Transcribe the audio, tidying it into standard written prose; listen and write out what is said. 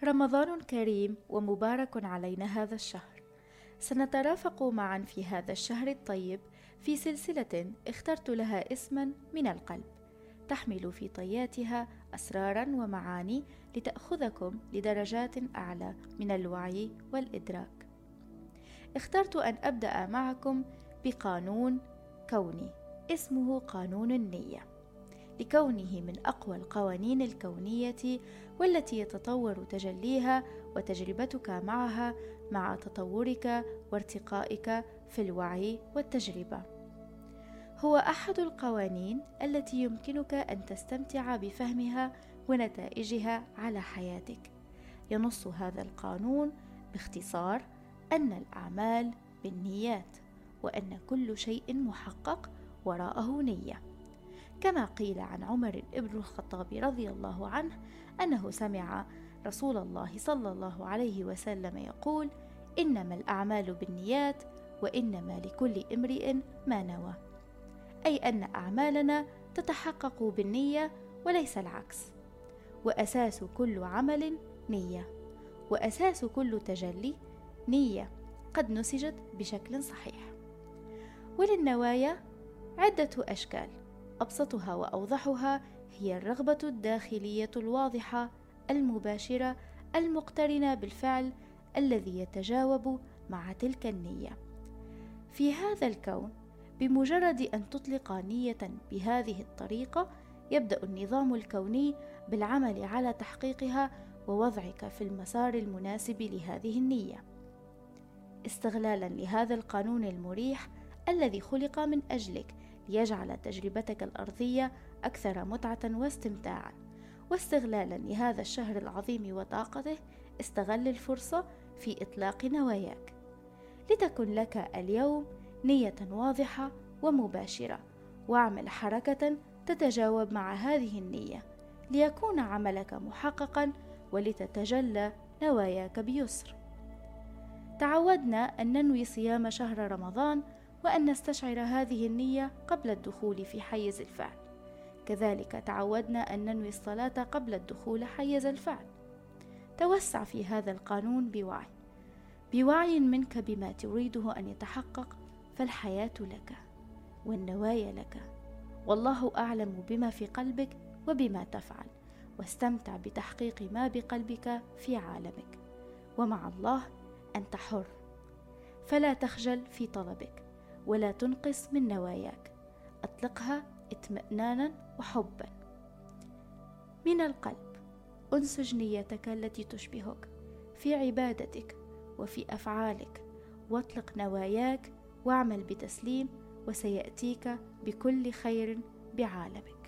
رمضان كريم ومبارك علينا هذا الشهر. سنترافق معا في هذا الشهر الطيب في سلسلة اخترت لها اسما من القلب، تحمل في طياتها أسرارا ومعاني لتأخذكم لدرجات أعلى من الوعي والإدراك. اخترت أن أبدأ معكم بقانون كوني اسمه قانون النية، لكونه من أقوى القوانين الكونية والتي يتطور تجليها وتجربتك معها مع تطورك وارتقائك في الوعي والتجربة. هو أحد القوانين التي يمكنك أن تستمتع بفهمها ونتائجها على حياتك. ينص هذا القانون باختصار أن الأعمال بالنيات، وأن كل شيء محقق وراءه نية. كما قيل عن عمر بن الخطاب رضي الله عنه أنه سمع رسول الله صلى الله عليه وسلم يقول: إنما الأعمال بالنيات وإنما لكل امرئ ما نوى، أي أن أعمالنا تتحقق بالنية وليس العكس. وأساس كل عمل نية، وأساس كل تجلي نية قد نسجت بشكل صحيح. وللنوايا عدة أشكال، أبسطها وأوضحها هي الرغبة الداخلية الواضحة المباشرة المقترنة بالفعل الذي يتجاوب مع تلك النية. في هذا الكون بمجرد أن تطلق نية بهذه الطريقة يبدأ النظام الكوني بالعمل على تحقيقها ووضعك في المسار المناسب لهذه النية، استغلالا لهذا القانون المريح الذي خلق من أجلك ليجعل تجربتك الأرضية أكثر متعة واستمتاعا. واستغلالا لهذا الشهر العظيم وطاقته، استغل الفرصة في إطلاق نواياك، لتكن لك اليوم نية واضحة ومباشرة، واعمل حركة تتجاوب مع هذه النية ليكون عملك محققا ولتتجلى نواياك بيسر. تعودنا أن ننوي صيام شهر رمضان وأن نستشعر هذه النية قبل الدخول في حيز الفعل، كذلك تعودنا أن ننوي الصلاة قبل الدخول حيز الفعل. توسع في هذا القانون بوعي منك بما تريده أن يتحقق، فالحياة لك والنوايا لك، والله أعلم بما في قلبك وبما تفعل، واستمتع بتحقيق ما بقلبك في عالمك. ومع الله أنت حر، فلا تخجل في طلبك ولا تنقص من نواياك، أطلقها اطمئنانا وحبا. من القلب أنسج نيتك التي تشبهك في عبادتك وفي أفعالك، واطلق نواياك واعمل بتسليم، وسيأتيك بكل خير بعالمك.